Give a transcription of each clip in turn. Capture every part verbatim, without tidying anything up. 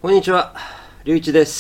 こんにちは、りゅういちです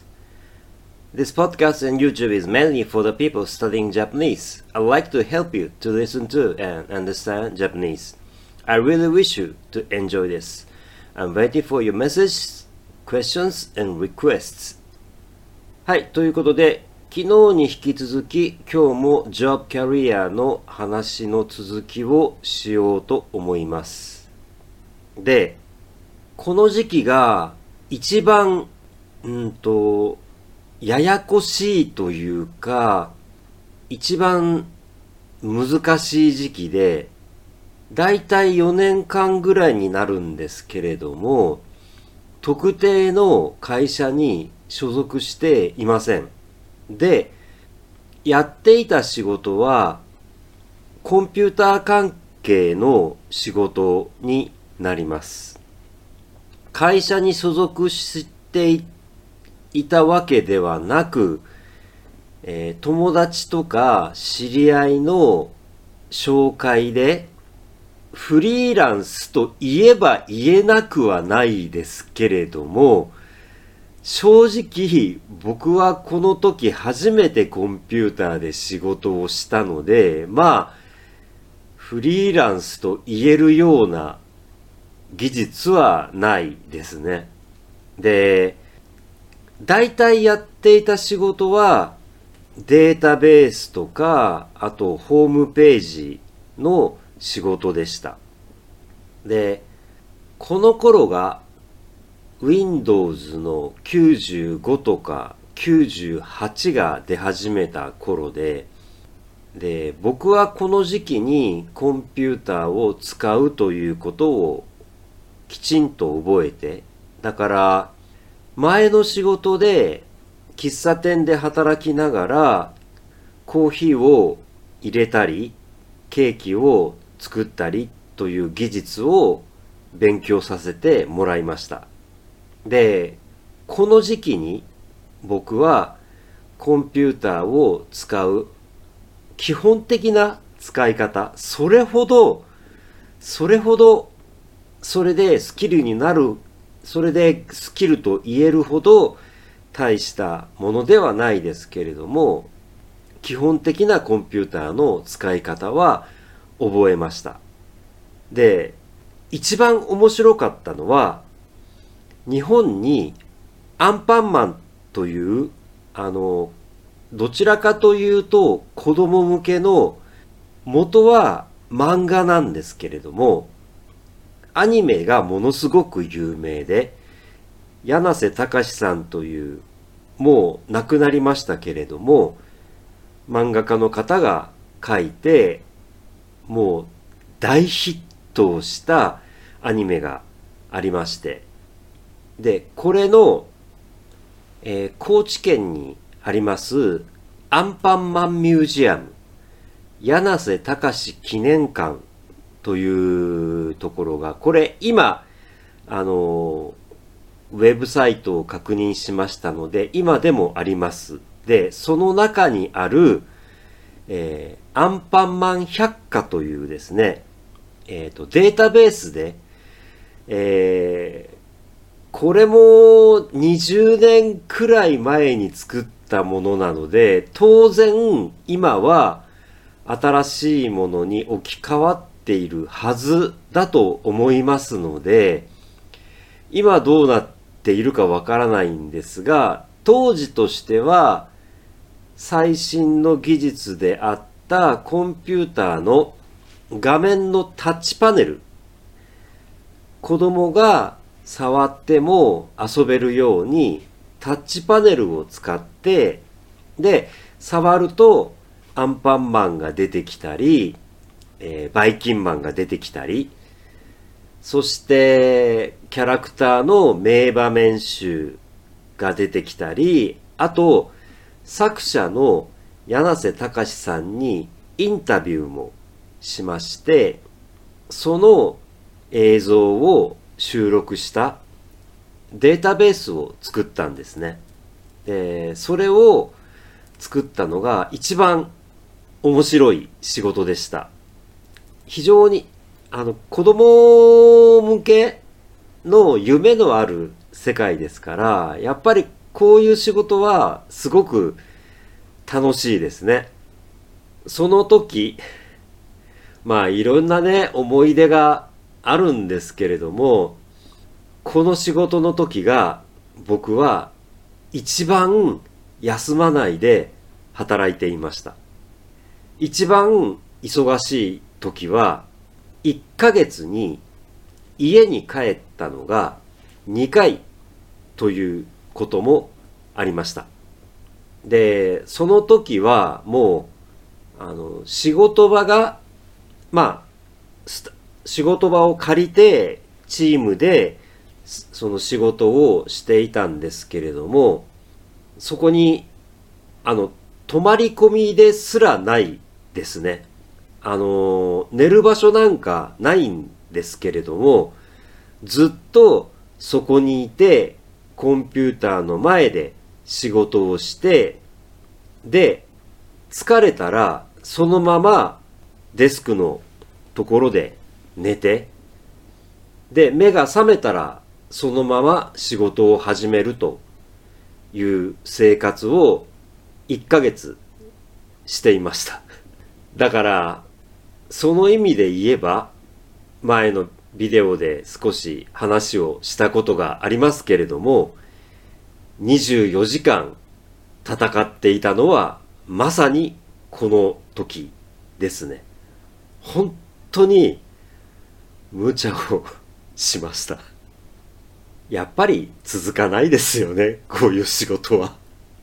。This podcast and YouTube is mainly for the people studying Japanese. I'd like to help you to listen to and understand Japanese. I really wish you to enjoy this. I'm waiting for your messages, questions, and requests. はい、ということで、昨日に引き続き、今日も Job Career の話の続きをしようと思います。で、この時期が一番、うんと、ややこしいというか、一番難しい時期で、だいたいよねんかんぐらいになるんですけれども、特定の会社に所属していません。で、やっていた仕事は、コンピューター関係の仕事になります。会社に所属していたわけではなく、えー、友達とか知り合いの紹介で、フリーランスと言えば言えなくはないですけれども、正直僕はこの時初めてコンピューターで仕事をしたので、まあ、フリーランスと言えるような技術はないですね。で、大体やっていた仕事はデータベースとか、あとホームページの仕事でした。で、この頃が Windows のきゅうじゅうごとかきゅうじゅうはちが出始めた頃で、で、僕はこの時期にコンピューターを使うということをきちんと覚えて、だから前の仕事で喫茶店で働きながらコーヒーを入れたりケーキを作ったりという技術を勉強させてもらいました。で、この時期に僕はコンピューターを使う基本的な使い方、それほどそれほどそれでスキルになる、それでスキルと言えるほど大したものではないですけれども、基本的なコンピューターの使い方は覚えました。で、一番面白かったのは、日本にアンパンマンという、あの、どちらかというと子供向けの元は漫画なんですけれども、アニメがものすごく有名で、柳瀬隆さんという、もう亡くなりましたけれども、漫画家の方が書いて、もう大ヒットをしたアニメがありまして、で、これの、えー、高知県にありますアンパンマンミュージアム、柳瀬隆記念館というところが、これ今、あの、ウェブサイトを確認しましたので、今でもあります。で、その中にある、えー、アンパンマン百科というですね、えっと、データベースで、えー、これもにじゅうねんくらい前に作ったものなので、当然今は新しいものに置き換わってているはずだと思いますので、今どうなっているかわからないんですが、当時としては最新の技術であったコンピューターの画面のタッチパネル、子供が触っても遊べるようにタッチパネルを使って、で、触るとアンパンマンが出てきたり、えー、バイキンマンが出てきたり、そしてキャラクターの名場面集が出てきたり、あと作者の柳瀬隆さんにインタビューもしまして、その映像を収録したデータベースを作ったんですね。で、それを作ったのが一番面白い仕事でした。非常にあの子供向けの夢のある世界ですから、やっぱりこういう仕事はすごく楽しいですね。その時、まあいろんなね、思い出があるんですけれども、この仕事の時が僕は一番休まないで働いていました。一番忙しい時はいっかげつに家に帰ったのがにかいということもありました。で、その時はもう、あの、仕事場が、まあ、仕事場を借りてチームでその仕事をしていたんですけれども、そこに、あの、泊まり込みですらないですね。あの、寝る場所なんかないんですけれども、ずっとそこにいて、コンピューターの前で仕事をして、で、疲れたらそのままデスクのところで寝て、で、目が覚めたらそのまま仕事を始めるという生活をいっかげつしていました。だから、その意味で言えば、前のビデオで少し話をしたことがありますけれども、にじゅうよじかん戦っていたのはまさにこの時ですね。本当に無茶をしました。やっぱり続かないですよね、こういう仕事は。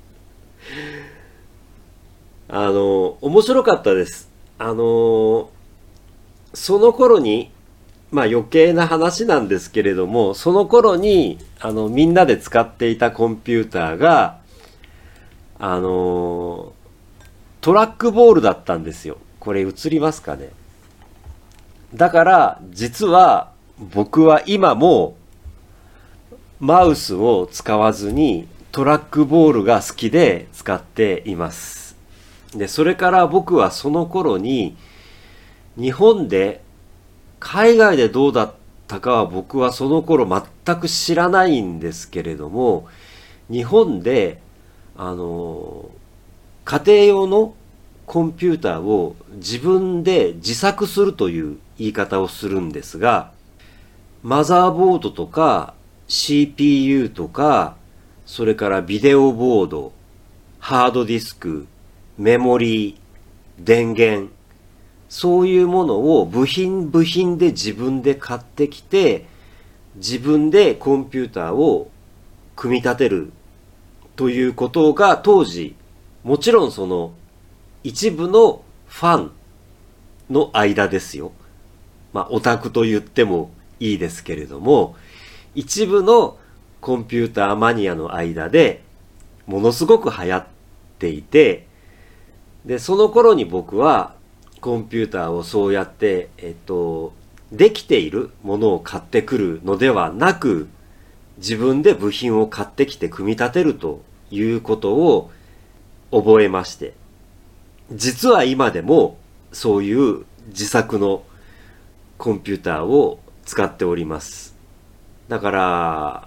あの、面白かったです。あの、その頃に、まあ余計な話なんですけれども、その頃に、あの、みんなで使っていたコンピューターが、あの、トラックボールだったんですよ。これ映りますかね。だから、実は僕は今もマウスを使わずにトラックボールが好きで使っています。で、それから僕はその頃に日本で海外でどうだったかは僕はその頃全く知らないんですけれども、日本で、あの、家庭用のコンピューターを自分で自作するという言い方をするんですが、マザーボードとか シーピーユー とか、それからビデオボード、ハードディスク、メモリー、電源、そういうものを部品部品で自分で買ってきて、自分でコンピューターを組み立てるということが当時、もちろんその一部のファンの間ですよ。まあオタクと言ってもいいですけれども、一部のコンピューターマニアの間でものすごく流行っていて、で、その頃に僕はコンピューターをそうやって、えっと、できているものを買ってくるのではなく、自分で部品を買ってきて組み立てるということを覚えまして、実は今でもそういう自作のコンピューターを使っております。だから、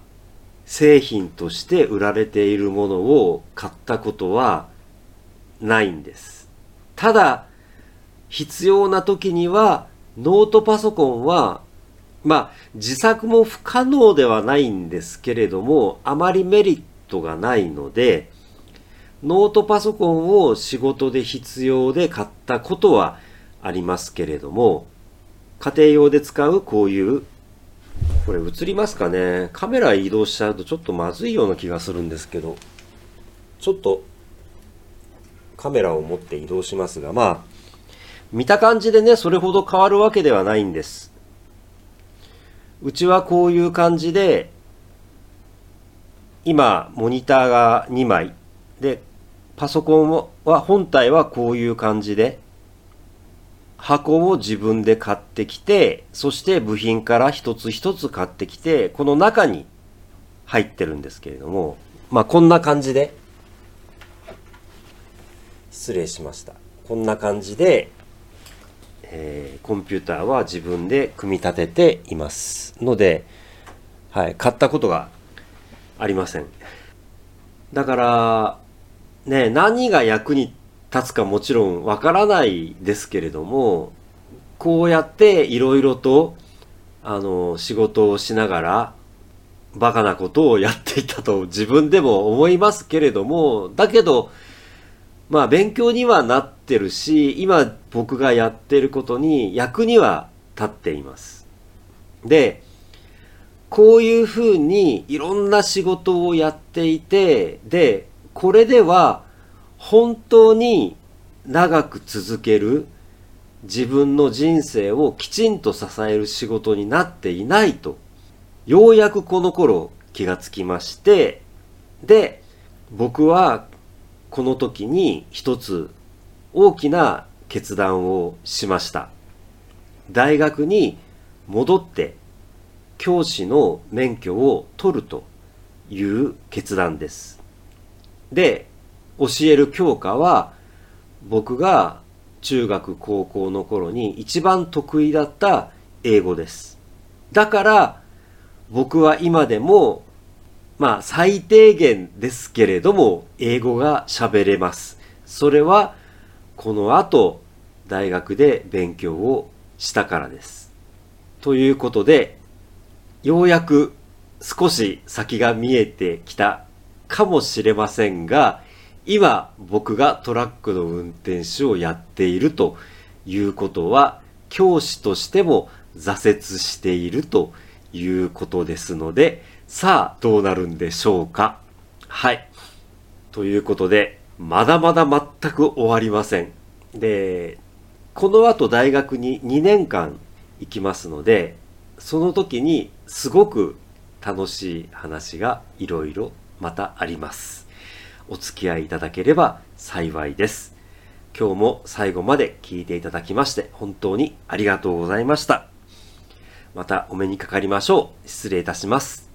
製品として売られているものを買ったことはないんです。ただ、必要な時にはノートパソコンは、まあ自作も不可能ではないんですけれども、あまりメリットがないので、ノートパソコンを仕事で必要で買ったことはありますけれども、家庭用で使うこういう、これ映りますかね。カメラ移動しちゃうとちょっとまずいような気がするんですけど、ちょっとカメラを持って移動しますが、まあ、見た感じでね、それほど変わるわけではないんです。うちはこういう感じで、今、モニターがにまい。で、パソコンは、本体はこういう感じで、箱を自分で買ってきて、そして部品から一つ一つ買ってきて、この中に入ってるんですけれども、まあこんな感じで、失礼しました。こんな感じで、えー、コンピューターは自分で組み立てていますので、はい、買ったことがありません。だから、ね、何が役に立つかもちろんわからないですけれども、こうやっていろいろと、あの、仕事をしながら、バカなことをやっていたと自分でも思いますけれども、だけど、まあ勉強にはなってるし、今僕がやってることに役には立っています。で、こういうふうにいろんな仕事をやっていて、で、これでは本当に長く続ける自分の人生をきちんと支える仕事になっていないと、ようやくこの頃気がつきまして、で、僕はこの時に一つ大きな決断をしました。大学に戻って教師の免許を取るという決断です。で、教える教科は僕が中学高校の頃に一番得意だった英語です。だから僕は今でもまあ最低限ですけれども英語が喋れます。それはこの後大学で勉強をしたからです。ということで、ようやく少し先が見えてきたかもしれませんが、今僕がトラックの運転手をやっているということは、教師としても挫折しているということですので、さあどうなるんでしょうか。はい。ということで、まだまだ全く終わりません。で、この後大学ににねんかん行きますので、その時にすごく楽しい話がいろいろまたあります。お付き合いいただければ幸いです。今日も最後まで聞いていただきまして本当にありがとうございました。またお目にかかりましょう。失礼いたします。